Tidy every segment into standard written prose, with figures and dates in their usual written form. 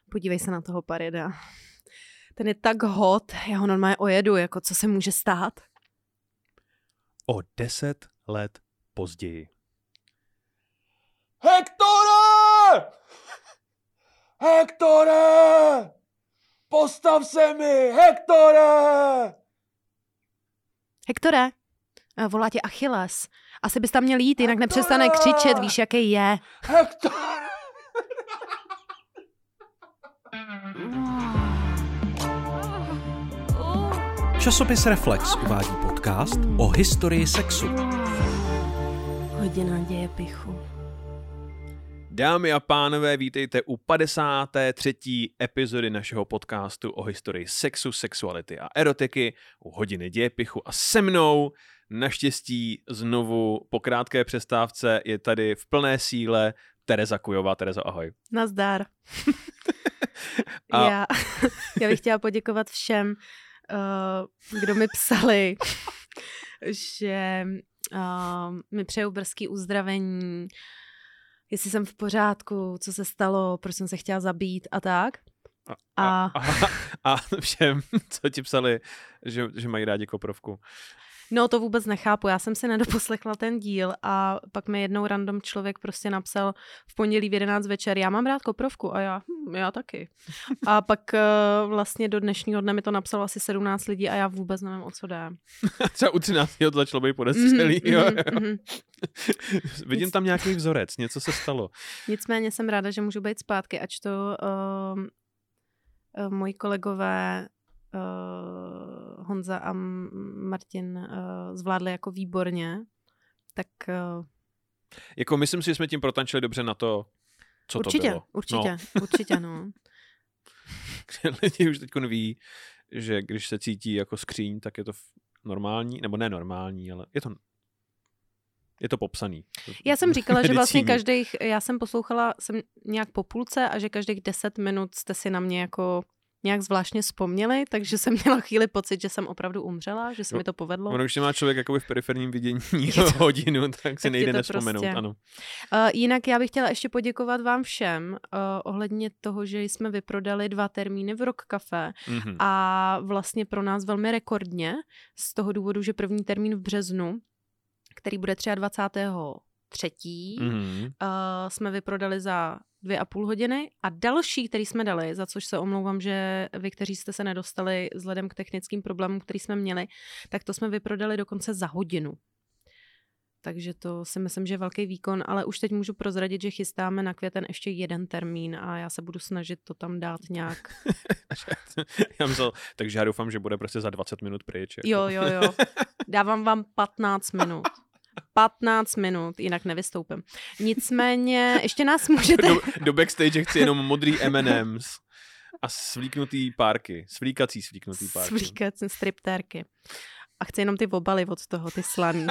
Podívej se na toho Parida. Ten je tak hot, já ho normálně ojedu, jako co se může stát. O 10 let později. Hektore! Hektore! Postav se mi, Hektore! Hektore, volá tě Achilles. Asi bys tam měl jít, jinak nepřestane křičet, víš, jaký je. Hektore! Časopis Reflex uvádí podcast o historii sexu. Hodina dějepichu. Dámy a pánové, vítejte u 53. epizody našeho podcastu o historii sexu, sexuality a erotiky, u hodiny dějepichu a se mnou naštěstí znovu po krátké přestávce je tady v plné síle Tereza Kujová. Terezo, ahoj. Nazdar. Já bych chtěla poděkovat všem, kdo mi psali, že mi přejou brzký uzdravení, jestli jsem v pořádku, co se stalo, proč jsem se chtěla zabít a tak. A všem, co ti psali, že mají rádi koprovku. No to vůbec nechápu, já jsem si nedoposlechla ten díl a pak mi jednou random člověk prostě napsal v pondělí v 11 večer, já mám rád koprovku a já taky. A pak vlastně do dnešního dne mi to napsalo asi 17 lidí a já vůbec nevím, o co jde. Třeba u 13. to začalo být podezřelý. Vidím tam nějaký vzorec, něco se stalo. Nicméně jsem ráda, že můžu být zpátky, ač to moji kolegové Honza a Martin zvládli jako výborně, tak... Jako myslím si, že jsme tím protančili dobře na to, co to bylo. Určitě, no. Lidi už teď ví, že když se cítí jako skříň, tak je to normální, nebo ne normální, ale je to popsaný. Já jsem říkala, že vlastně já jsem poslouchala nějak po půlce a že každých 10 minut jste si na mě jako nějak zvláštně vzpomněli, takže jsem měla chvíli pocit, že jsem opravdu umřela, že se mi to povedlo. Ono, když má člověk jakoby v periferním vidění hodinu, tak si nejde nevzpomenout. Prostě. Ano. Jinak já bych chtěla ještě poděkovat vám všem ohledně toho, že jsme vyprodali 2 termíny v Rock Café a vlastně pro nás velmi rekordně z toho důvodu, že první termín v březnu, který bude 23. Jsme vyprodali za 2,5 hodiny a další, který jsme dali, za což se omlouvám, že vy, kteří jste se nedostali vzhledem k technickým problémům, který jsme měli, tak to jsme vyprodali dokonce za hodinu. Takže to si myslím, že je velký výkon, ale už teď můžu prozradit, že chystáme na květen ještě 1 termín a já se budu snažit to tam dát nějak. Takže já doufám, že bude prostě za 20 minut pryč. Jako. Jo. Dávám vám 15 minut. 15 minut, jinak nevystoupím. Nicméně, ještě nás můžete... Do backstage chci jenom modrý M&M's a svlíkací párky. Svlíkací striptérky. A chci jenom ty obaly od toho, ty slaný.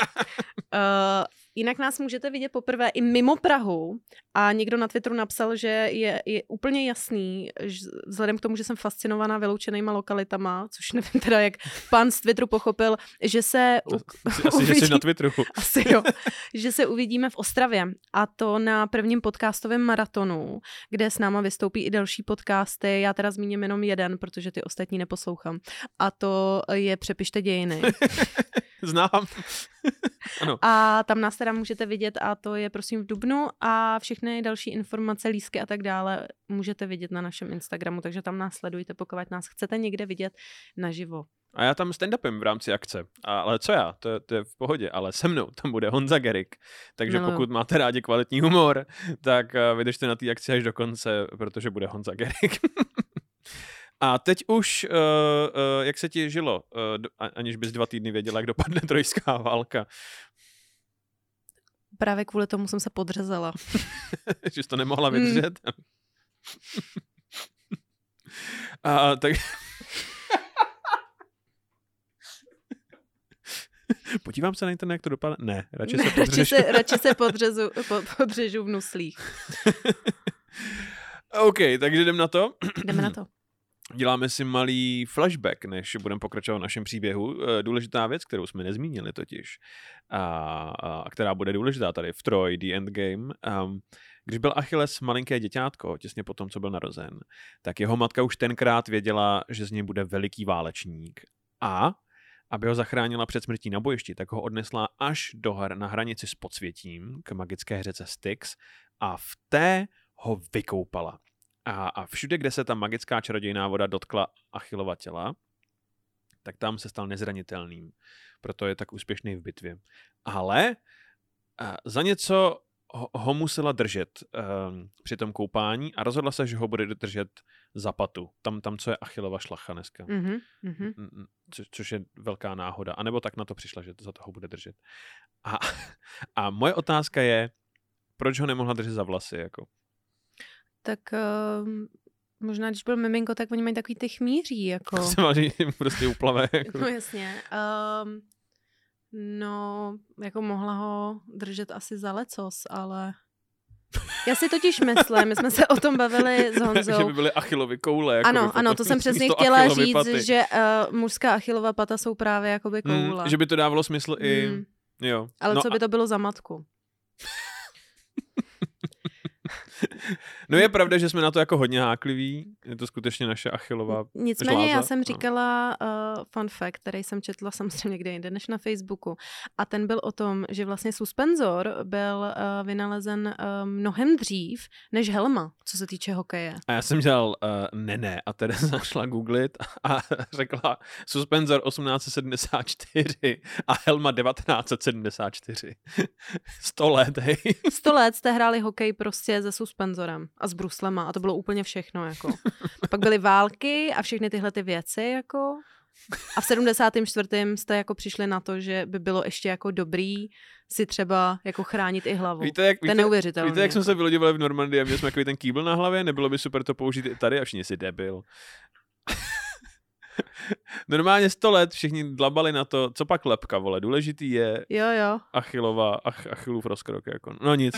Jinak nás můžete vidět poprvé i mimo Prahu a někdo na Twitteru napsal, že je úplně jasný, že vzhledem k tomu, že jsem fascinovaná vyloučenýma lokalitama, což nevím teda, jak pán z Twitteru pochopil, že se... Že jsi na Twitteru. Asi jo. Že se uvidíme v Ostravě a to na prvním podcastovém maratonu, kde s náma vystoupí i další podcasty. Já teda zmíním jenom jeden, protože ty ostatní neposlouchám. A to je Přepište dějiny. Znám. Ano. A tam nás teda můžete vidět a to je prosím v dubnu a všechny další informace, lístky a tak dále můžete vidět na našem Instagramu, takže tam nás sledujte, pokud nás chcete někde vidět naživo. A já tam stand-upem v rámci akce. Ale co já? To je v pohodě. Ale se mnou tam bude Honza Gerik. Takže pokud máte rádi kvalitní humor, tak vydržte na té akci až do konce, protože bude Honza Gerik. A teď už, jak se ti žilo, aniž bys 2 týdny věděla, jak dopadne trojská válka? Právě kvůli tomu jsem se podřezala. Že jsi to nemohla vydržet? Tak... Podívám se na internet, jak to dopadne. Ne, radši se podřežu. radši se podřežu v nuslích. OK, takže jdem na to. Jdeme na to. Děláme si malý flashback, než budeme pokračovat v našem příběhu. Důležitá věc, kterou jsme nezmínili totiž, a která bude důležitá tady v Troy, The Endgame, Když byl Achilles malinké děťátko, těsně po tom, co byl narozen, tak jeho matka už tenkrát věděla, že z něj bude veliký válečník. A aby ho zachránila před smrtí na bojišti, tak ho odnesla až na hranici s podsvětím k magické řece Styx a v té ho vykoupala. A všude, kde se ta magická čarodějná voda dotkla Achillova těla, tak tam se stal nezranitelným. Proto je tak úspěšný v bitvě. Ale za něco ho musela držet při tom koupání a rozhodla se, že ho bude držet za patu. Tam co je Achillova šlacha dneska. Což je velká náhoda. A nebo tak na to přišla, že za toho bude držet. A moje otázka je, proč ho nemohla držet za vlasy? Jako? Tak možná, když byl miminko, tak oni mají takový ty chmíří. Jako. Prostě uplave. Jako. No jasně. No, jako mohla ho držet asi za lecos, ale... Já si totiž myslím, my jsme se o tom bavili s Honzou. Že by byly Achillovy koule. Jako ano, to jsem přesně chtěla říct, paty. Že mužská Achillova pata jsou právě jakoby koule. Že by to dávalo smysl i... Jo. Ale co by to bylo za matku? No je pravda, že jsme na to jako hodně hákliví. Je to skutečně naše Achillova Nicméně žláza. Já jsem říkala fun fact, který jsem četla samozřejmě někde jinde než na Facebooku. A ten byl o tom, že vlastně suspenzor byl vynalezen mnohem dřív než helma, co se týče hokeje. A já jsem dělal ne. A Tereza šla googlit a řekla suspenzor 1874 a helma 1974. 100 let, hej. 100 let jste hráli hokej prostě se suspenzorem a s bruslema a to bylo úplně všechno, jako. Pak byly války a všechny tyhle ty věci, jako. A v 74. jste jako přišli na to, že by bylo ještě jako dobrý si třeba jako chránit i hlavu. Víte, jak neuvěřitelný. Víte, jak jako. jsme se vylodivali v Normandii a měli jsme takový ten kýbl na hlavě? Nebylo by super to použít i tady a všichni si debil. Normálně 100 let všichni dlabali na to, co pak lepka, vole. Důležitý je jo. Achillův rozkrok, jako. No nic.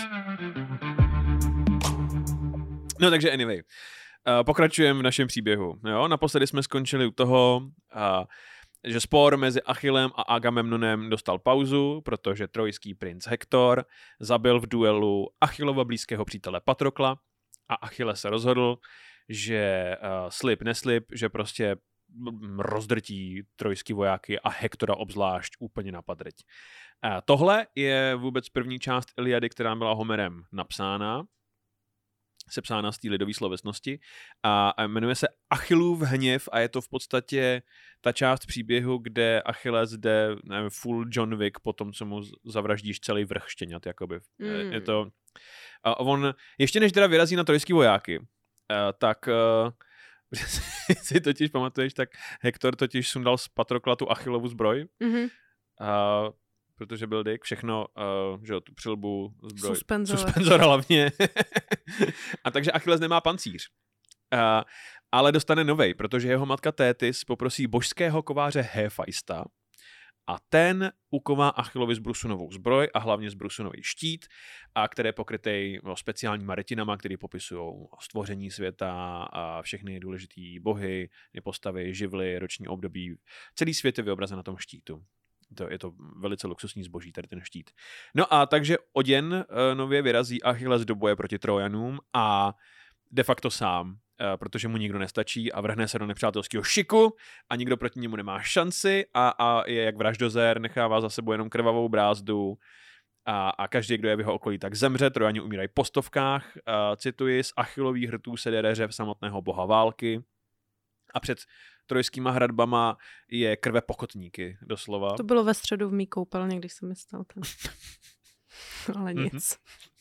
No takže anyway. Pokračujeme v našem příběhu. Jo? Naposledy jsme skončili u toho, že spor mezi Achillem a Agamemnonem dostal pauzu, protože trojský princ Hektor zabil v duelu Achillova blízkého přítele Patrokla a Achilles se rozhodl, že slib neslib, že prostě rozdrtí trojský vojáky a Hektora obzvlášť úplně na padrť. Tohle je vůbec první část Iliady, která byla Homerem napsána, sepsána z té lidové slovesnosti a jmenuje se Achillův hněv a je to v podstatě ta část příběhu, kde Achilles jde full John Wick po tom, co mu zavraždíš celý vrch štěňat, jakoby. Je to... On, ještě než teda vyrazí na trojský vojáky, tak si totiž pamatuješ, tak Hektor totiž sundal z Patrokla tu Achillovu zbroj, protože byl Dick, všechno, že jo, tu přilbu, zbroj, suspenzor hlavně. A takže Achilles nemá pancíř. Ale dostane novej, protože jeho matka Tétis poprosí božského kováře Héfaista a ten uková Achillovi zbrusu novou zbroj a hlavně zbrusu nový štít, a který je pokrytej speciálníma retinama, které popisují stvoření světa a všechny důležitý bohy, postavy, živly, roční období. Celý svět je vyobrazen na tom štítu. Je to velice luxusní zboží, tady ten štít. No a takže oděn nově vyrazí Achilles do boje proti Trojanům a de facto sám, protože mu nikdo nestačí a vrhne se do nepřátelského šiku a nikdo proti němu nemá šanci a je jak vraždozér, nechává za sebou jenom krvavou brázdu a každý, kdo je v jeho okolí, tak zemře. Trojani umírají po stovkách. Cituji, z Achillových hrtů se dere řev samotného boha války a před trojskýma hradbama je krve pokotníky, doslova. To bylo ve středu v mý koupelně, když jsem myslel ten. Ale nic.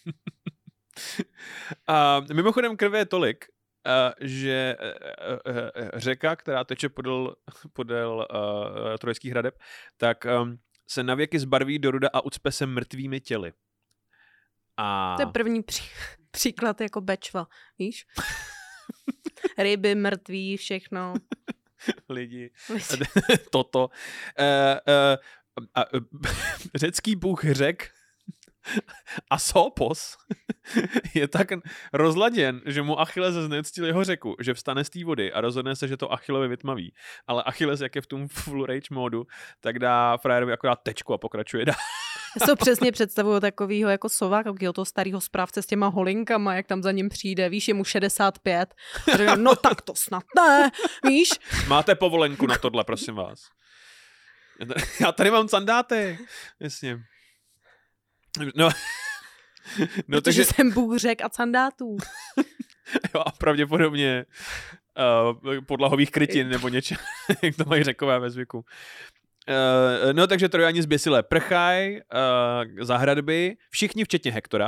Mimochodem krve je tolik, že řeka, která teče podél trojských hradeb, tak se navěky zbarví do ruda a ucpe se mrtvými těly. To je první příklad jako Bečva, víš? Ryby, mrtví, všechno. Lidi. Toto. Řecký bůh řek A Sopos je tak rozladěn, že mu Achilles zneuctil jeho řeku, že vstane z té vody a rozhodne se, že to Achillovi vytmaví. Ale Achilles, jak je v tom full rage módu, tak dá frajerovi akorát tečku a pokračuje dál. Já si přesně představuju takovýho jako sova, takovýho toho starého správce s těma holinkama, jak tam za ním přijde, víš, je mu 65. No tak to snad ne, víš? Máte povolenku na tohle, prosím vás. Já tady mám sandáty. Jasně. No, protože jsem bůh řek a sandátů. Jo, a pravděpodobně podlahových krytin nebo něčeho, jak to mají Řekové ve zvyku. No, takže Trojani zběsilé prchají za hradby, všichni včetně Hektora,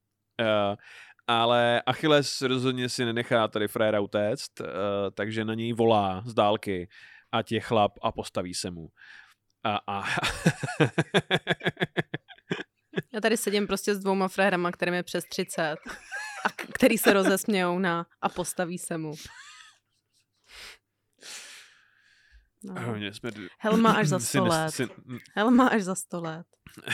ale Achilles rozhodně si nenechá tady frajera utéct, takže na něj volá z dálky, ať je chlap a postaví se mu. Já tady sedím prostě s 2 frajerama, kterým je přes 30 a který se rozesmějou na a postaví se mu. No. Helma až za 100 let. Helma až za 100 let.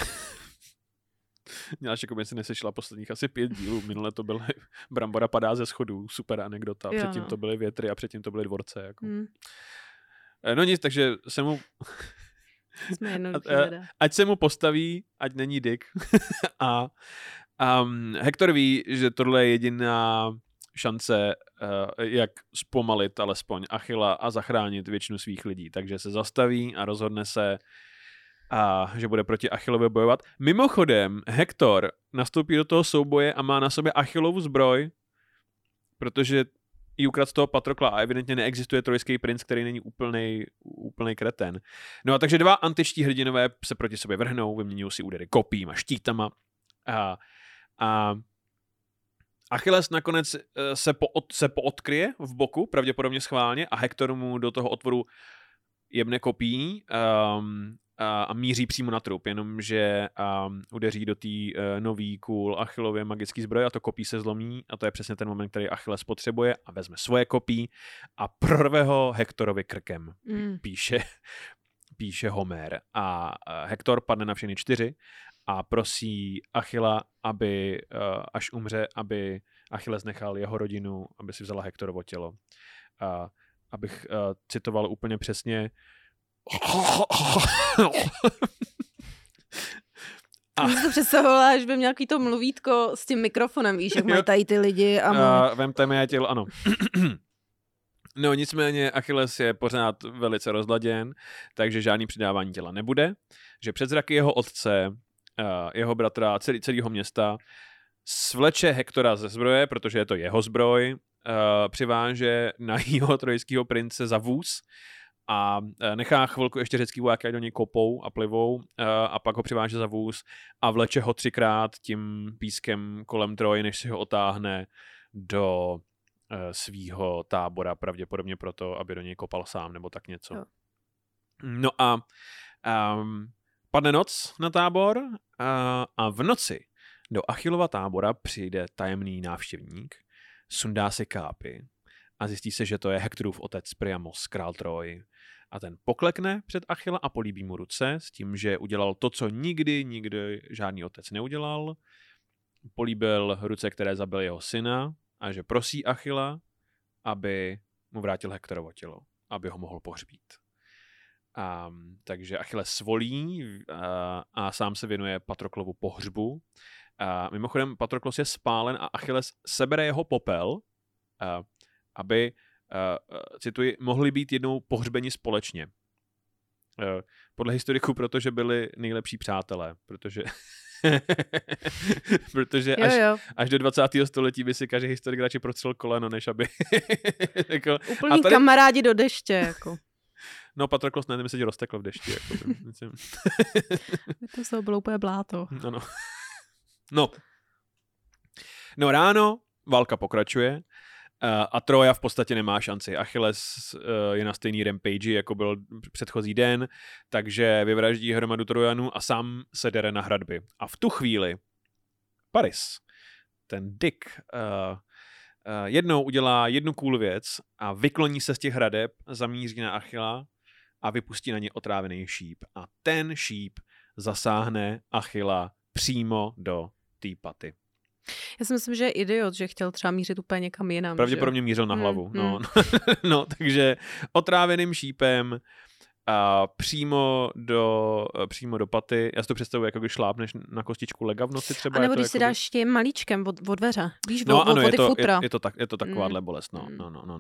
Měláš, jako by si nesešla posledních asi 5 dílů. Minule to bylo Brambora padá ze schodů, super anekdota. Jo, předtím to byly větry a předtím to byly dvorce. Jako. No nic, takže se mu... ať se mu postaví, ať není dick. a Hektor ví, že tohle je jediná šance, jak zpomalit alespoň Achilla a zachránit většinu svých lidí. Takže se zastaví a rozhodne se, že bude proti Achillovi bojovat. Mimochodem, Hektor nastoupí do toho souboje a má na sobě Achillovu zbroj, protože ji ukradl z toho Patrokla a evidentně neexistuje trojský princ, který není úplnej kreten. No a takže 2 antičtí hrdinové se proti sobě vrhnou, vyměňují si údery kopím a štítama a Achilles nakonec se poodkryje v boku, pravděpodobně schválně, a Hektor mu do toho otvoru jebne kopí a míří přímo na trup, jenomže udeří do té nový cool Achillově magický zbroje a to kopí se zlomí a to je přesně ten moment, který Achilles potřebuje a vezme svoje kopí a prorve ho Hektorovi krkem, píše Homer. A Hektor padne na všechny 4 a prosí Achilla, aby až umře, aby Achilles nechal jeho rodinu, aby si vzala Hektorovo tělo. Abych citoval úplně přesně. Jsem si to představovala, že by měl takový to mluvítko s tím mikrofonem, víš, jak mají tady ty lidi. Vemte mi tělo, ano. No nicméně Achilles je pořád velice rozladěn, takže žádný přidávání těla nebude, že před zraky jeho otce, jeho bratra, celého města svleče Hektora ze zbroje, protože je to jeho zbroj, přiváže na jeho trojského prince za vůz a nechá chvilku ještě řecký vojáky, do něj kopou a plivou a pak ho přiváže za vůz a vleče ho 3krát tím pískem kolem Troje, než si ho otáhne do svýho tábora, pravděpodobně proto, aby do něj kopal sám nebo tak něco. Jo. No a padne noc na tábor a v noci do Achillova tábora přijde tajemný návštěvník, sundá si kápy a zjistí se, že to je Hektorův otec Priamos, král Troj. A ten poklekne před Achilla a políbí mu ruce s tím, že udělal to, co nikdy žádný otec neudělal. Políbil ruce, které zabily jeho syna a že prosí Achilla, aby mu vrátil Hektorovo tělo, aby ho mohl pohřbít. Takže Achilles svolí a sám se věnuje Patroklovu pohřbu. Mimochodem Patroklos je spálen a Achilles sebere jeho popel, aby, cituji, mohli být jednou pohřbeni společně. Podle historiků, protože byli nejlepší přátelé, protože až do 20. století by si každý historik radši prostřel koleno, než aby... jako, úplný tady... kamarádi do deště, jako. No, Patroklos ne, se ti roztekl v dešti. Jako, to se bylo úplně bláto. Ano. No ráno válka pokračuje a Troja v podstatě nemá šanci. Achilles je na stejný rampage, jako byl předchozí den, takže vyvraždí hromadu Trojanů a sám se dere na hradby. A v tu chvíli Paris, ten Dick, jednou udělá jednu cool věc a vykloní se z těch hradeb, zamíří na Achilla a vypustí na ně otrávený šíp. A ten šíp zasáhne Achilla přímo do té paty. Já si myslím, že je idiot, že chtěl třeba mířit úplně někam jinam. Pravděpodobně mířil na hlavu. No, takže otráveným šípem a přímo do paty. Já si to představuji, jako když šlápneš na kostičku lega v noci třeba. A nebo když si dáš tím malíčkem od dveře. Víš, od futra. Je to takováhle bolest. No.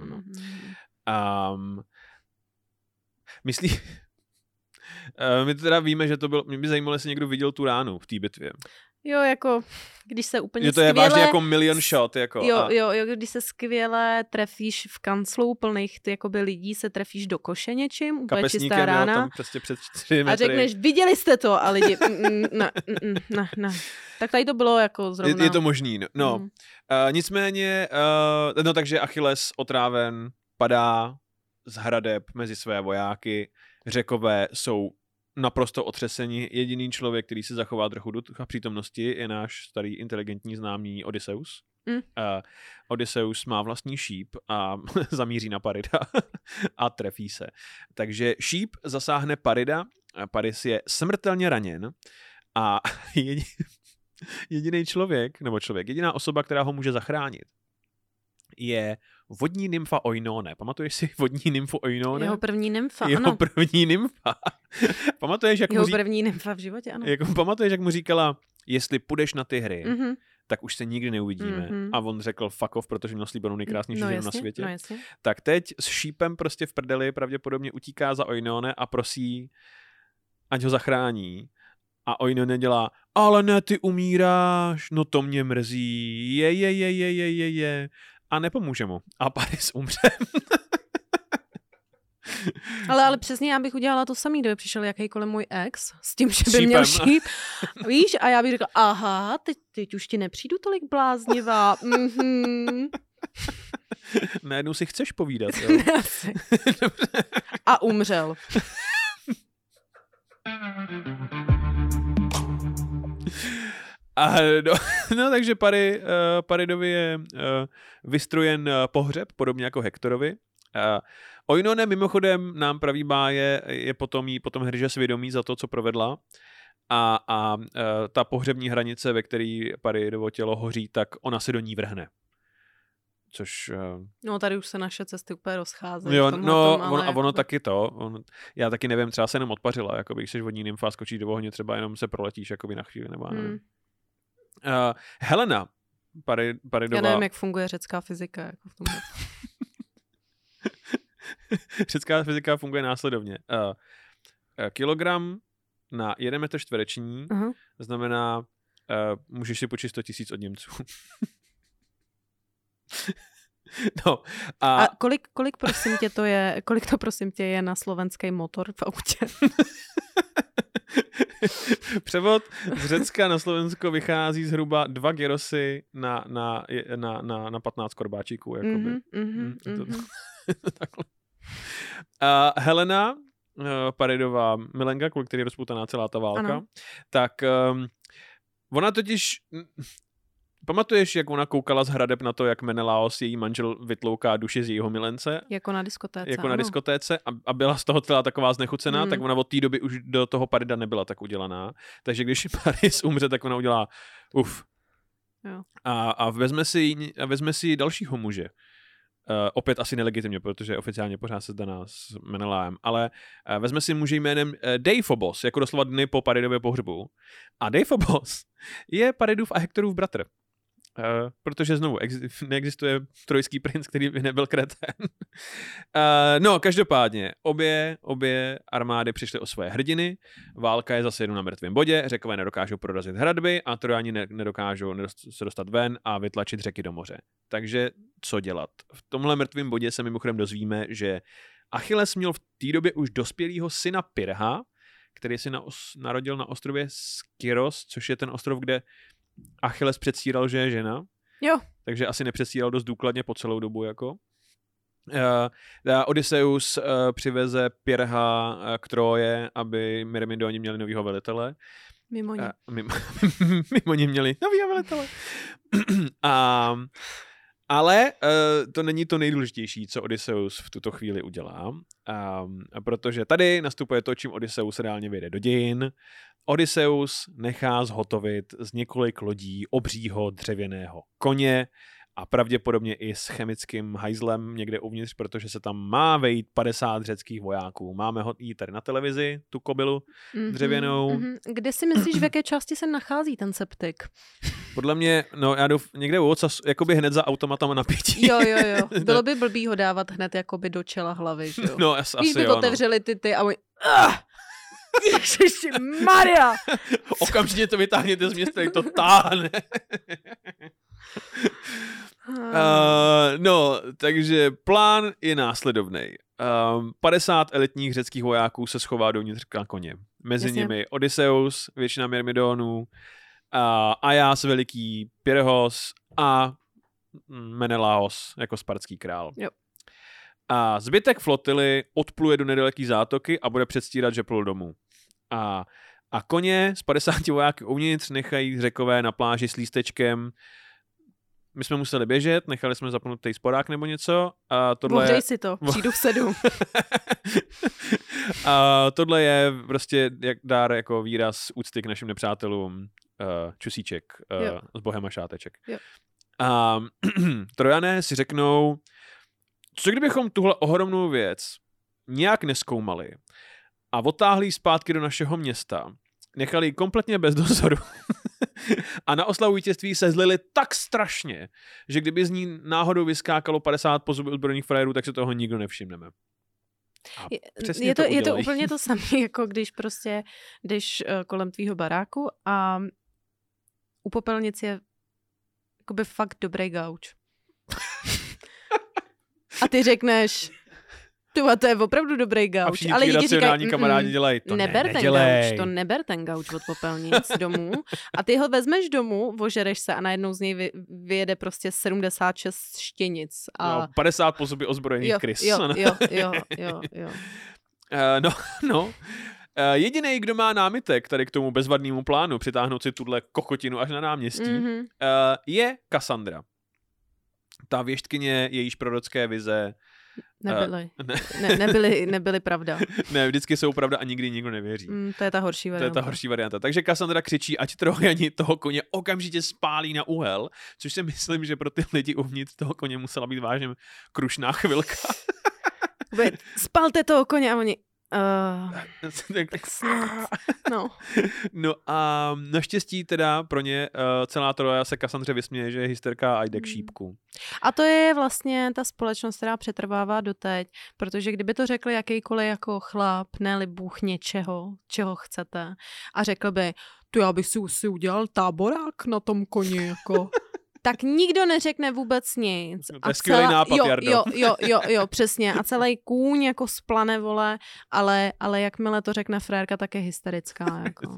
Myslí... My teda víme, že to bylo... Mě by zajímalo, jestli někdo viděl tu ránu v té bitvě. Jo, jako když se úplně že to je vážně jako milion shot. Jako, jo, když se skvěle trefíš v kanclu plných jakoby lidí, se trefíš do koše něčím, úplně čistá rána. Tam prostě před 4 metry. A řekneš, viděli jste to? A lidi, ne. Tak tady to bylo jako zrovna. Je to možný, no. Nicméně, takže Achilles otráven padá z hradeb mezi své vojáky. Řekové jsou naprosto otřesení. Jediný člověk, který se zachová trochu ducha přítomnosti, je náš starý inteligentní známý Odysseus. Odysseus má vlastní šíp a zamíří na Parida a trefí se. Takže šíp zasáhne Parida, Paris je smrtelně raněn a jediná osoba, která ho může zachránit, je vodní nymfa Oinone. Pamatuješ si vodní nymfu Oinone? Jeho první nymfa, ano. Jeho první nymfa. Pamatuješ, jak první nymfa v životě, ano. Pamatuješ, jak mu říkala, jestli půjdeš na ty hry, tak už se nikdy neuvidíme. A on řekl fuck off, protože měl slíbenou nejkrásnější ženu na světě. No jasně. Tak teď s šípem prostě v prdeli pravděpodobně utíká za Oinone a prosí, ať ho zachrání. A Oinone dělá, ale ne, ty umíráš, no to mě mrzí, je. A nepomůže mu. A Paris umře. ale přesně já bych udělala to samý, kdyby přišel jakýkoliv můj ex s tím, že by měl šíp. Víš? A já bych řekla, aha, teď už ti nepřijdu tolik bláznivá. Najednou si chceš povídat, jo? A umřel. Takže Paridovi je vystrojen pohřeb, podobně jako Hektorovi. Oinone mimochodem nám praví báje, je potom hryže svědomí za to, co provedla. A ta pohřební hranice, ve které Paridovo tělo hoří, tak ona se do ní vrhne. Což... No tady už se naše cesty úplně rozcházejí. Jo, ono taky to. Já taky nevím, třeba se jenom odpařila, jakoby, když jsi vodní nymfa a skočíš do ohně, třeba jenom se proletíš jakoby na chvíli, nebo nevím. Helena Paridová... Já nevím, jak funguje řecká fyzika. Jako v tomhle. Řecká fyzika funguje následovně. Kilogram na 1 metr čtvereční znamená, můžeš si počít 100 000 od Němců. No, a kolik prosím tě to je, kolik to prosím tě je na slovenský motor v autě? Převod z Řecka na Slovensko vychází zhruba 2 gyrosy na 15 korbáčíků. Helena Paridová milenka, kvůli který je rozpoutaná celá ta válka, ano. Tak ona totiž... Pamatuješ, jak ona koukala z hradeb na to, jak Menelaos, její manžel, vytlouká duši z jejího milence? Jako na diskotéce. Na diskotéce a byla z toho celá taková znechucená, tak ona od té doby už do toho Parida nebyla tak udělaná. Takže když Paris umře, tak ona udělá Jo. A vezme si dalšího muže. Opět asi nelegitimně, protože oficiálně pořád se zdaná s Menelaem, ale vezme si muže jménem Deiphobos, jako doslova dny po Paridově pohřbu. A Deiphobos je Paridův a Hektorův bratr. Protože znovu neexistuje trojský princ, který by nebyl kretén. Každopádně obě armády přišly o svoje hrdiny, válka je zase jenom na mrtvém bodě, Řekové nedokážou prorazit hradby a Trojani nedokážou se dostat ven a vytlačit Řeky do moře. Takže co dělat? V tomhle mrtvém bodě se mimochodem dozvíme, že Achilles měl v té době už dospělýho syna Pyrrha, který se narodil na ostrově Skyros, což je ten ostrov, kde Achilles předstíral, že je žena. Jo. Takže asi nepředstíral dost důkladně po celou dobu. Jako. Odysseus přiveze Pyrrha k Tróje, aby Myrmidoni měli novýho velitele. Mimo ní měli novýho velitele. Ale to není to nejdůležitější, co Odysseus v tuto chvíli udělá, protože tady nastupuje to, čím Odysseus reálně vyjde do dějin. Odysseus nechá zhotovit z několik lodí obřího dřevěného koně a pravděpodobně i s chemickým hajzlem někde uvnitř, protože se tam má vejít 50 řeckých vojáků. Máme ho jí tady na televizi, tu kobylu dřevěnou. Kde si myslíš, v jaké části se nachází ten septik? Podle mě, no já někde u oca, jakoby hned za automatama napětí. Jo. Bylo by blbý ho dávat hned jakoby do čela hlavy, že jo? No, asi Když by jo, otevřeli ty a oni... Ježišmarja! Okamžitě to vytáhněte z města, jak to táhne. No, takže plán je následovnej. 50 elitních řeckých vojáků se schová dovnitř na koně. Mezi nimi Odysseus, většina Myrmidonů, Ajas veliký, Pyrrhos a Menelaos jako spartský král. Jo. A zbytek flotily odpluje do nedaleký zátoky a bude předstírat, že plul domů. A koně z 50 vojáky uvnitř nechají Řekové na pláži s lístečkem. My jsme museli běžet, nechali jsme zapnutý sporák nebo něco. Ohřej si to, přijdu v 7. A tohle je prostě dár jako výraz úcty k našim nepřátelům. Čusíček s bohem a šáteček. Jo. A Trojané si řeknou, co kdybychom tuhle ohromnou věc nějak nezkoumali a otáhli ji zpátky do našeho města, nechali ji kompletně bez dozoru a na oslavu vítězství se zlili tak strašně, že kdyby z ní náhodou vyskákalo 50 po zuby ozbrojených frajerů, tak se toho nikdo nevšimneme. Je to úplně to samé, jako když prostě jdeš kolem tvýho baráku a u popelnic je jakoby fakt dobrý gauč. A ty řekneš, to je opravdu dobrý gauč. Ale lidi říkají, kamarádi dělají to. Neber ten gauč od popelnic domů. A ty ho vezmeš domů, ožereš se a najednou z něj vyjede prostě 76 štěnic. A... No, 50 po sobě ozbrojených krys. Jo. No. Jedinej, kdo má námitek tady k tomu bezvadnému plánu přitáhnout si tuhle kokotinu až na náměstí, je Kassandra. Ta věštkyně, jejíž prorocké vize nebyly pravda. Ne, vždycky jsou pravda a nikdy nikdo nevěří. To je ta horší varianta. Takže Kassandra křičí, ať Trojani toho koně okamžitě spálí na úhel, což si myslím, že pro ty lidi uvnitř toho koně musela být vážně krušná chvilka. Spalte toho koně a oni... tak snad. No a naštěstí teda pro ně celá Troja se Kassandře vysměje, že je hysterka a jde k šípku. A to je vlastně ta společnost, která přetrvává doteď, protože kdyby to řekl jakýkoliv jako chlap, ne-li bůh něčeho, čeho chcete, a řekl by, to já bych si udělal táborák na tom koni, jako... tak nikdo neřekne vůbec nic. To je skvělý nápad, Jardo. Jo, přesně. A celý kůň jako splane, vole, ale jakmile to řekne frérka, tak je hysterická. Jako.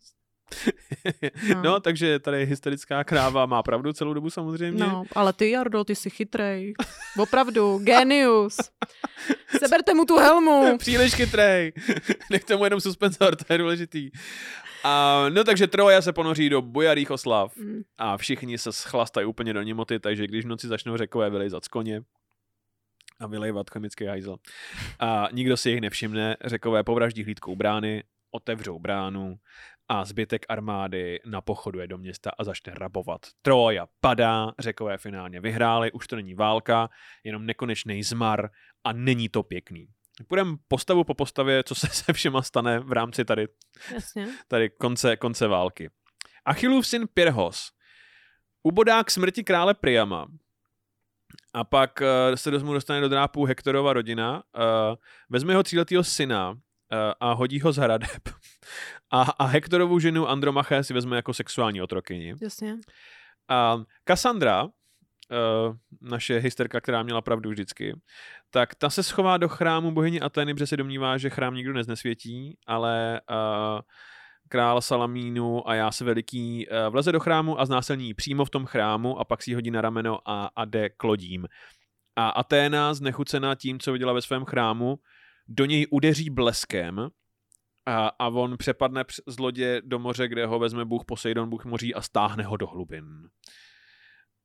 No, takže tady hysterická kráva má pravdu celou dobu samozřejmě. No, ale ty, Jardo, ty jsi chytrej. Opravdu, genius. Seberte mu tu helmu. Příliš chytrej. Nechte mu jenom suspenzor, to je důležitý. No takže Troja se ponoří do bojarých oslav a všichni se schlastají úplně do němoty, takže když v noci začnou Řekové vylejzat z koně a vylejvat chemický hajzl a nikdo si jich nevšimne, Řekové povraždí hlídkou brány, otevřou bránu a zbytek armády napochoduje do města a začne rabovat. Troja padá, Řekové finálně vyhráli, už to není válka, jenom nekonečný zmar a není to pěkný. Půjdeme postavu po postavě, co se všema stane v rámci tady konce války. Achillův syn Pyrrhos ubodá k smrti krále Priama a pak se dostane do drápů Hektorova rodina, vezme jeho 3letýho syna a hodí ho z hradeb. A Hektorovu ženu Andromaché si vezme jako sexuální otrokyni. Jasně. A Kassandra, naše hysterka, která měla pravdu vždycky, tak ta se schová do chrámu bohyně Atény, protože se domnívá, že chrám nikdo neznesvětí, ale král Salamínu a já se veliký vleze do chrámu a znásilní přímo v tom chrámu a pak si ji hodí na rameno a jde k lodím. A Aténa, znechucená tím, co viděla ve svém chrámu, do něj udeří bleskem a on přepadne z lodě do moře, kde ho vezme bůh Poseidon, bůh moří a stáhne ho do hlubin.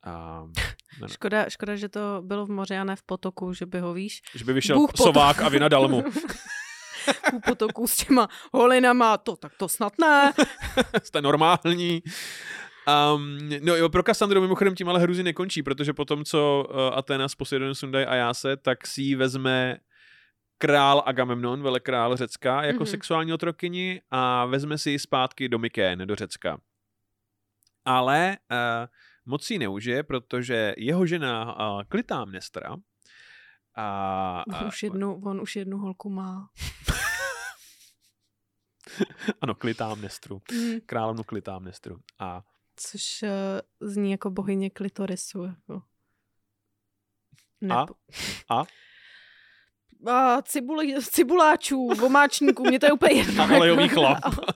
Škoda, že to bylo v moři a ne v potoku, že by ho víš. Že by vyšel sovák a vynadal mu. U potoku s těma holinama, tak to snad ne. Jste normální. No jo, pro Kassandru mimochodem tím ale hruzy nekončí, protože potom, co Athena s Poseidonem sundají Ajáse, tak si ji vezme král Agamemnon, velekrál Řecka, jako sexuální otrokyni a vezme si ji zpátky do Mykén, do Řecka. Ale moc si ji neužije, protože jeho žena Klytámnestra on už jednu holku má. Ano, Klytámnestru. Královnu Klytámnestru. Což zní jako bohyně klitorisu. Jako. A cibuláčů, vomáčníků, mě to je úplně jedno. A olejový chlap.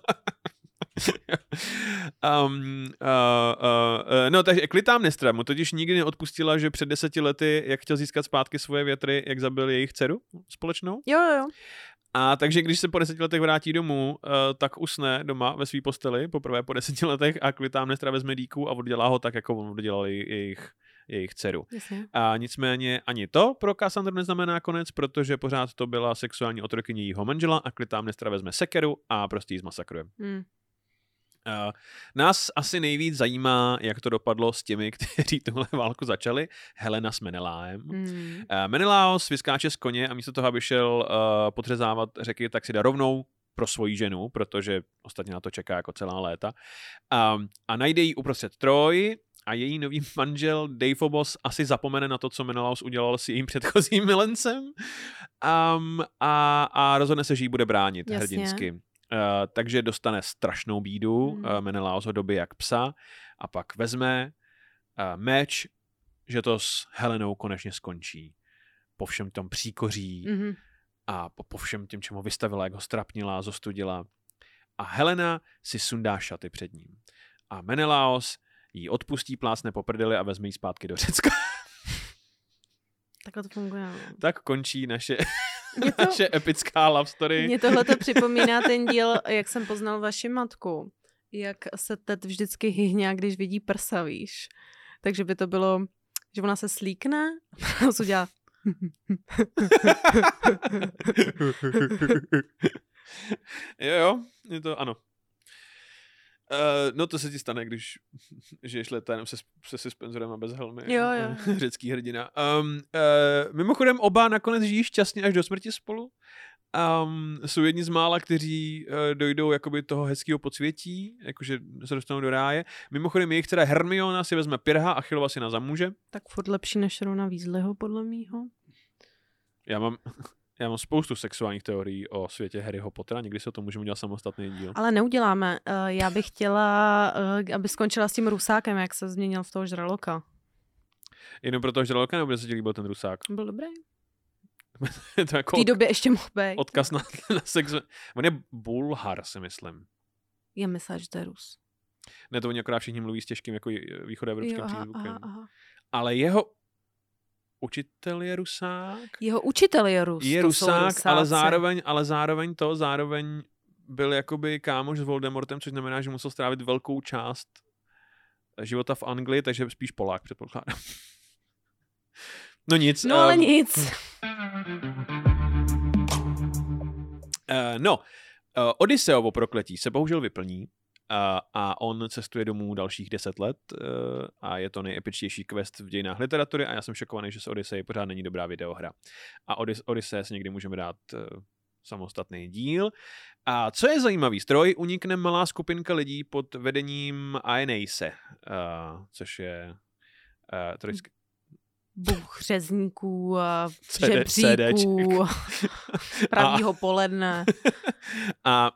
No, takže Klytámnestra mu totiž nikdy neodpustila, že před 10 lety, jak chtěl získat zpátky svoje větry, jak zabil jejich dceru společnou. Jo. A takže když se po 10 letech vrátí domů, tak usne doma ve své posteli, poprvé po 10 letech a Klytámnestra vezme dýku a oddělá ho tak, jako on oddělal jejich dceru. Jasně. A nicméně ani to pro Kassandru neznamená konec, protože pořád to byla sexuální otrokyně jejího manžela a Klytámnestra vezme sekeru a prostě ji zmasakruje. Nás asi nejvíc zajímá, jak to dopadlo s těmi, kteří tuhle válku začali. Helena s Meneláem. Menelaos vyskáče z koně a místo toho, aby šel podřezávat řeky, tak si dá rovnou pro svoji ženu, protože ostatně na to čeká jako celá léta. A najde ji uprostřed Tróji a její nový manžel Deiphobos asi zapomene na to, co Menelaos udělal s jejím předchozím milencem a rozhodne se, že ji bude bránit hrdinsky. Takže dostane strašnou bídu, Menelaos ho dobije jak psa a pak vezme meč, že to s Helenou konečně skončí. Po všem tom příkoří a po všem tím, čemu vystavila, jak ho strapnila, zostudila. A Helena si sundá šaty před ním. A Menelaos jí odpustí, plácne po prdeli a vezme jí zpátky do Řecka. Takhle to funguje. Tak končí naše epická love story. Mně tohle to připomíná ten díl, jak jsem poznal vaši matku. Jak se tet vždycky hyhňá, když vidí prsa, víš. Takže by to bylo, že ona se slíkne a co dělá. Jo, je to ano. No to se ti stane, když žiješ léta jenom se suspenzorem a bez helmy. Jo. Řecký hrdina. Mimochodem oba nakonec žijí šťastně až do smrti spolu. Jsou jedni z mála, kteří dojdou jakoby toho hezkého podsvětí, jakože se dostanou do ráje. Mimochodem jejich dcera Hermiona si vezme Pirha a Achillova syna za muže. Tak furt lepší než Rona Weasleyho, podle mýho. Já mám spoustu sexuálních teorií o světě Harryho Pottera, někdy se o tom můžeme udělat samostatný díl. Ale neuděláme. Já bych chtěla, aby skončila s tím rusákem, jak se změnil v toho žraloka. Jenom pro toho žraloka, nebo se ti líbil ten rusák? Byl dobrý. To jako v té době ještě mohl být. Odkaz na sex. On je Bulhar, si myslím. Je myslel, že to je Rus. Ne, to oni akorát všichni mluví s těžkým jako východoevropským přízvukem. Aha. Ale jeho učitel je Rusák. Jeho učitel je Rus. Je Rusák, ale zároveň byl jakoby kámoš s Voldemortem, což znamená, že musel strávit velkou část života v Anglii, takže spíš Polák, předpokládám. No nic. No ale nic. Odysseovo prokletí se bohužel vyplní a on cestuje domů dalších 10 let a je to nejepičtější quest v dějinách literatury a já jsem šokovaný, že z Odyssey pořád není dobrá videohra. A Odyssey si někdy můžeme dát samostatný díl. A co je zajímavý, z Troji unikne malá skupinka lidí pod vedením Aeneise, což je trojský bůh řezníků a žebříků, pravýho poledne. A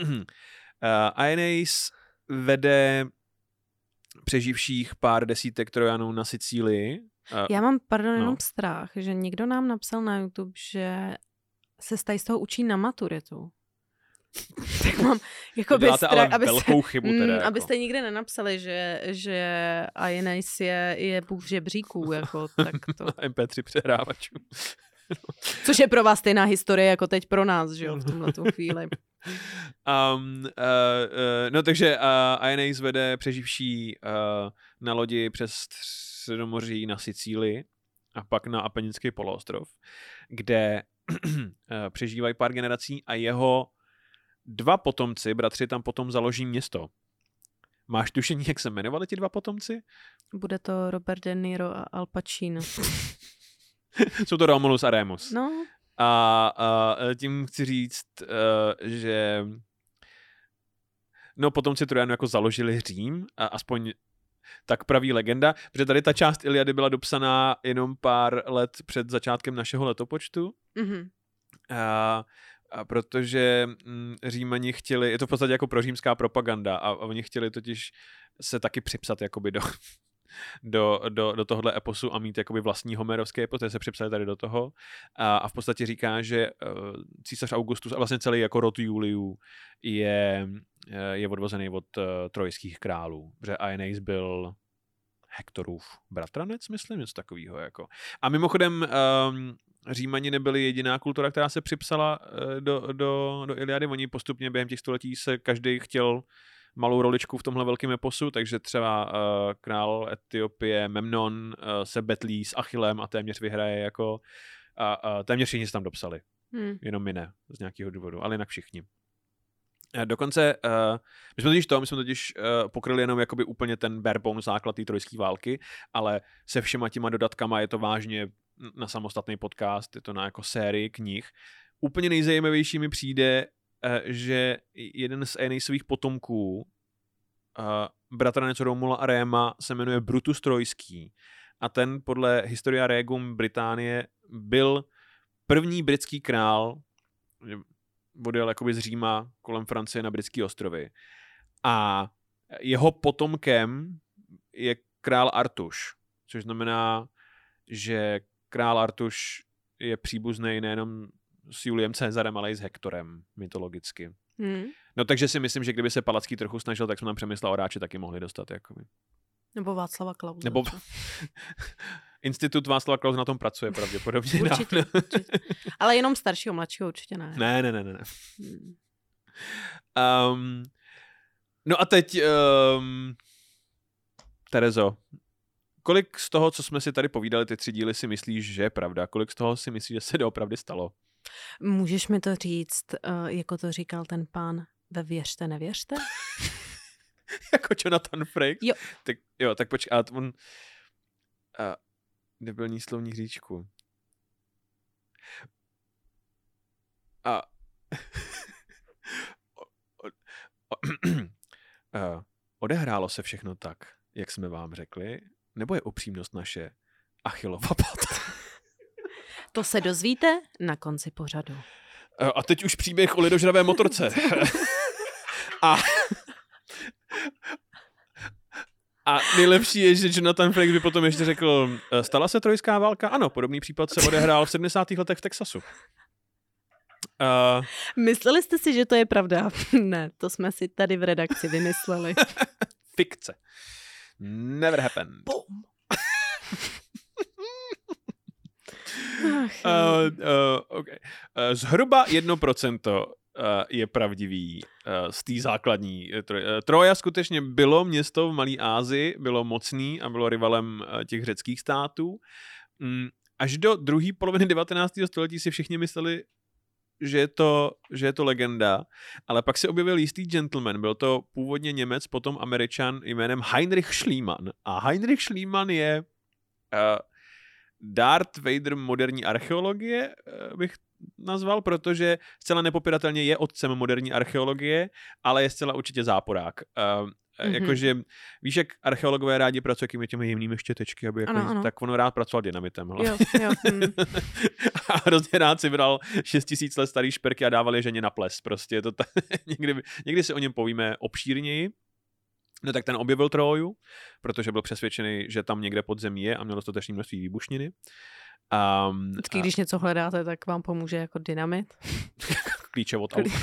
Aeneis vede přeživších pár desítek Trojanů na Sicílii. Já mám, jenom strach, že někdo nám napsal na YouTube, že se z toho učí na maturitu. Tak mám jakoby strach, abyste nikde nenapsali, že Aeneis je bůh žebříků, jako tak to. MP3 přehrávačů. Což je pro vás stejná historie, jako teď pro nás, že jo, v tomhletu chvíli. No takže Aeneis vede přeživší na lodi přes Středomoří na Sicílii a pak na Apeninský poloostrov, kde přežívají pár generací a jeho 2 potomci, bratři, tam potom založí město. Máš tušení, jak se jmenovali ti 2 potomci? Bude to Robert De Niro a Al Pacino. Jsou to Romulus a Remus. No. A tím chci říct, že potomci Trojanu jako založili Řím, a aspoň tak praví legenda, protože tady ta část Iliady byla dopsaná jenom pár let před začátkem našeho letopočtu. Mm-hmm. A protože Římani chtěli, je to v podstatě jako prořímská propaganda a oni chtěli totiž se taky připsat jakoby do tohohle eposu a mít jakoby vlastní homerovský epos, které se připsali tady do toho a v podstatě říká, že císař Augustus a vlastně celý jako rod Juliů je odvozený od trojských králů, protože Aeneas byl Hektorův bratranec, myslím, něco takového jako. A mimochodem Římani nebyli jediná kultura, která se připsala do Iliady. Oni postupně během těch století se každý chtěl malou roličku v tomhle velkém eposu, takže třeba král Etiopie Memnon se betlí s Achillem a téměř vyhraje jako a téměř všichni se tam dopsali. Jenom my ne, z nějakého důvodu, ale jinak všichni. Dokonce, my jsme totiž pokryli jenom jakoby úplně ten bare bones základ té trojské války, ale se všema těma dodatkama je to vážně na samostatný podcast, je to na jako sérii knih. Úplně nejzajímavější mi přijde, že jeden z Aeneasových potomků, bratranec Romula a Réma, se jmenuje Brutus Trojský a ten podle Historia Regum Británie byl první britský král, odjel jakoby z Říma kolem Francie na britský ostrovy. A jeho potomkem je král Artuš, což znamená, že král Artuš je příbuzný nejenom s Juliem Cezarem, ale i s Hektorem mytologicky. No takže si myslím, že kdyby se Palacký trochu snažil, tak jsme tam Přemysla Oráče taky mohli dostat. Jakoby. Nebo Václava Klause. Nebo Institut Václava Klause na tom pracuje pravděpodobně. Určitě. Ale jenom staršího, mladšího určitě ne. Ne. No a teď Terezo, kolik z toho, co jsme si tady povídali, ty 3 díly, si myslíš, že je pravda? Kolik z toho si myslíš, že se doopravdy stalo? Můžeš mi to říct, jako to říkal ten pán ve Věřte, nevěřte? Jako Jonathan Frakes? Jo. Tak počkej, ale on debilní slovní hříčku. Odehrálo se všechno tak, jak jsme vám řekli, nebo je upřímnost naše Achillova pata? To se dozvíte na konci pořadu. A teď už příběh o lidožravé motorce. A nejlepší je, že Jonathan Frakes by potom ještě řekl, stala se trojská válka? Ano, podobný případ se odehrál v 70. letech v Texasu. Mysleli jste si, že to je pravda? Ne, to jsme si tady v redakci vymysleli. Fikce. Never happened. Boom. Okay. Zhruba 1% je pravdivý z té základní Troja skutečně bylo město v Malé Asii, bylo mocný a bylo rivalem těch řeckých států. Až do druhé poloviny 19. století si všichni mysleli, že je to legenda, ale pak se objevil jistý gentleman, byl to původně Němec, potom Američan jménem Heinrich Schliemann. A Heinrich Schliemann je Darth Vader moderní archeologie, bych nazval, protože zcela nepopiratelně je otcem moderní archeologie, ale je zcela určitě záporák. Jakože, víš, jak archeologové rádi pracují těmi jemnými štětečky, aby jako ano. Tak on rád pracoval dynamitem. Jo. A hrozně rád si bral 6000 let starý šperky a dával je ženě na ples. Prostě je to někdy si o něm povíme obšírněji. No tak ten objevil Tróju, protože byl přesvědčený, že tam někde pod zemí je a měl dostatečné množství výbušniny. Když něco hledáte, tak vám pomůže jako dynamit. Klíče od auta.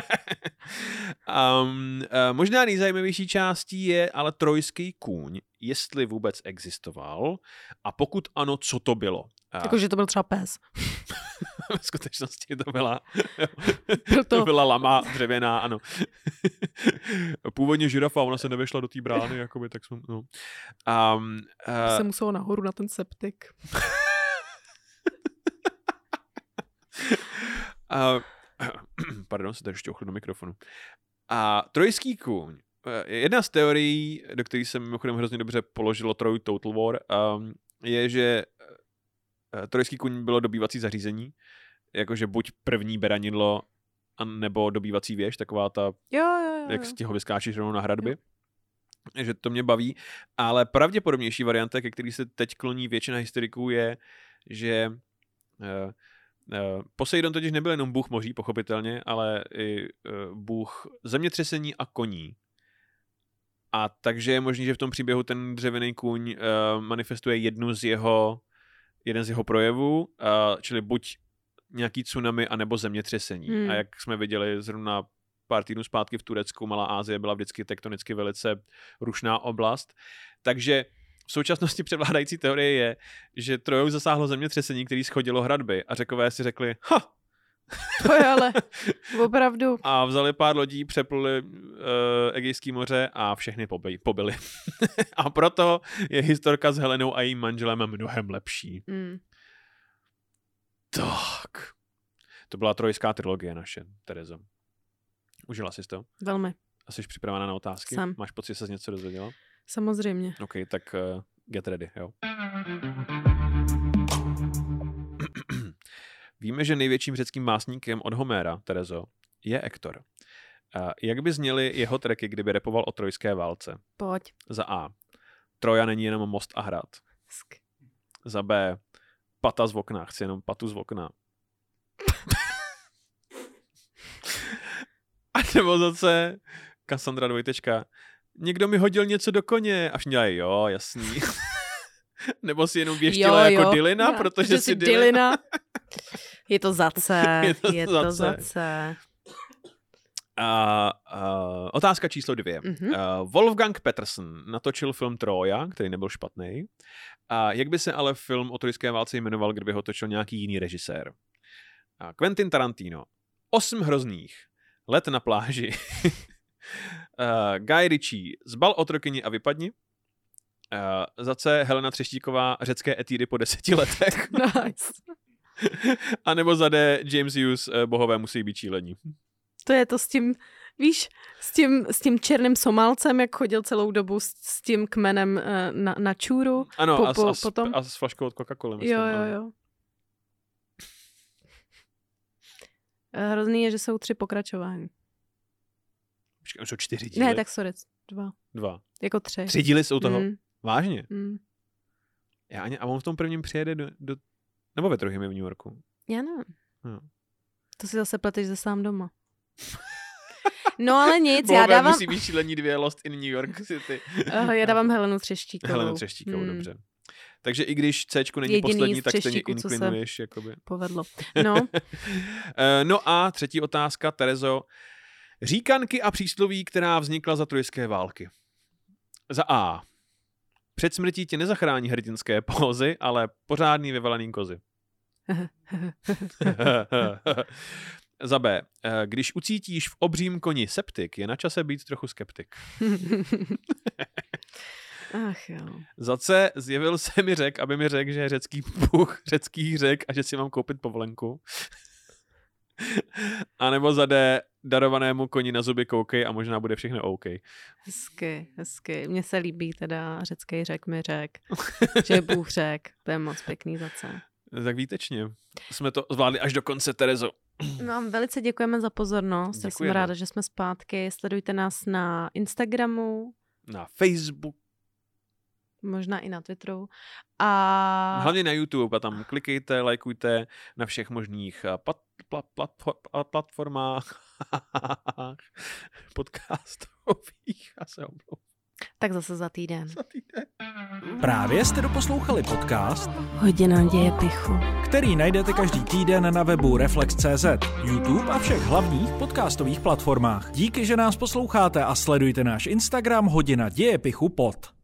Možná nejzajímavější částí je ale trojský kůň, jestli vůbec existoval a pokud ano, co to bylo. Jakože to byl třeba pes. Ve skutečnosti to byla lama dřevěná, ano. Původně žirafa, ona se nevešla do té brány, jakoby, tak jsme, no. Se muselo nahoru na ten septik. Pardon, se tady šťouchnu do mikrofonu. A trojský kůň. Jedna z teorií, do kterých se mimochodem hrozně dobře položilo Troy Total War, je, že trojský kůň bylo dobývací zařízení, jakože buď první beranidlo, nebo dobývací věž, taková ta, jo. jak si ho vyskáčíš rovnou na hradby. Že to mě baví, ale pravděpodobnější varianta, ke který se teď kloní většina historiků, je, že Poseidon totiž nebyl jenom bůh moří, pochopitelně, ale i bůh zemětřesení a koní. A takže je možný, že v tom příběhu ten dřevěný kůň manifestuje jeden z jeho projevů, čili buď nějaký tsunami, anebo zemětřesení. A jak jsme viděli zrovna pár týdnů zpátky v Turecku, Malá Asie byla vždycky tektonicky velice rušná oblast. Takže v současnosti převládající teorie je, že Trojou zasáhlo zemětřesení, který schodilo hradby a Řekové si řekli, to je ale opravdu. A vzali pár lodí, přepluli Egejské moře a všechny pobili. A proto je historka s Helenou a jejím manželem mnohem lepší. Tak. To byla trojská trilogie naše, Terezo. Užila jsi to? Velmi. A jsi připravená na otázky? Jsem. Máš pocit, že jsi něco dozvěděla? Samozřejmě. OK, tak get ready, jo. Víme, že největším řeckým básníkem od Homéra, Terezo, je Ektor. Jak by zněly jeho tracky, kdyby rapoval o trojské válce? Pojď. Za A. Troja není jenom most a hrad. Za B. Pata z okna. Chci jenom patu z okna. A nebo za C. Kassandra dvojtečka. Někdo mi hodil něco do koně. A všichni dělají, jo, jasný. Nebo si jenom věštila jako Dylina, protože jsi Dylina. Je to za C. Je to za C. Otázka číslo 2. Wolfgang Petersen natočil film Troja, který nebyl špatný. Jak by se ale film o trojské válce jmenoval, kdyby ho točil nějaký jiný režisér? Quentin Tarantino. 8 hrozných. Let na pláži. Guy Ritchie. Zbal otrokyni a vypadni. Za C. Helena Třeštíková. Řecké etídy po 10 letech. Nice. A nebo za D. James Hughes. Bohové musí být šílení. To je to s tím, víš, s tím černým Somálcem, jak chodil celou dobu s tím kmenem na čůru. Ano, a s flaškou od Coca-Coly. Jo. Hrozný je, že jsou 3 pokračování. Počkej, jsou 4 díly? Ne, tak sorry, 2. Jako 3. 3 díly jsou toho? Vážně? A on v tom prvním přijede do nebo ve druhém v New Yorku? Já nevím. To si zase pleteš ze sám doma. No ale nic, Bohové já dávám... musí být šílení 2 Lost in New York City. Já dávám Helenu Třeštíkovou. Helenu Třeštíkovou, dobře. Takže i když Cčku není jediný poslední, tak stejně inklinuješ. Jakoby. Povedlo. No. No a třetí otázka, Terezo. Říkanky a přísloví, která vznikla za trojské války. Za A. Před smrtí tě nezachrání hrdinské pózy, ale pořádný vyvalený kozy. Za B. Když ucítíš v obřím koni septik, je na čase být trochu skeptik. Ach jo. Za C. Zjevil se mi Řek, aby mi řekl, že je řecký bůh řeckých řek a že si mám koupit povolenku. A nebo za D. Darovanému koni na zuby koukej a možná bude všechno OK. Hezky. Mně se líbí teda řecký Řek mi řek, že je bůh řek. To je moc pěkný za C. Tak výtečně. Jsme to zvládli až do konce, Terezo. No, velice děkujeme za pozornost. Já jsem ráda, že jsme zpátky. Sledujte nás na Instagramu. Na Facebook. Možná i na Twitteru. A... Hlavně na YouTube a tam klikejte, lajkujte na všech možných platformách podcastových a se omlouvám. Tak zase za týden. Právě jste doposlouchali podcast Hodina dějepichu, který najdete každý týden na webu Reflex.cz, YouTube a všech hlavních podcastových platformách. Díky, že nás posloucháte a sledujte náš Instagram Hodina dějepichu pod.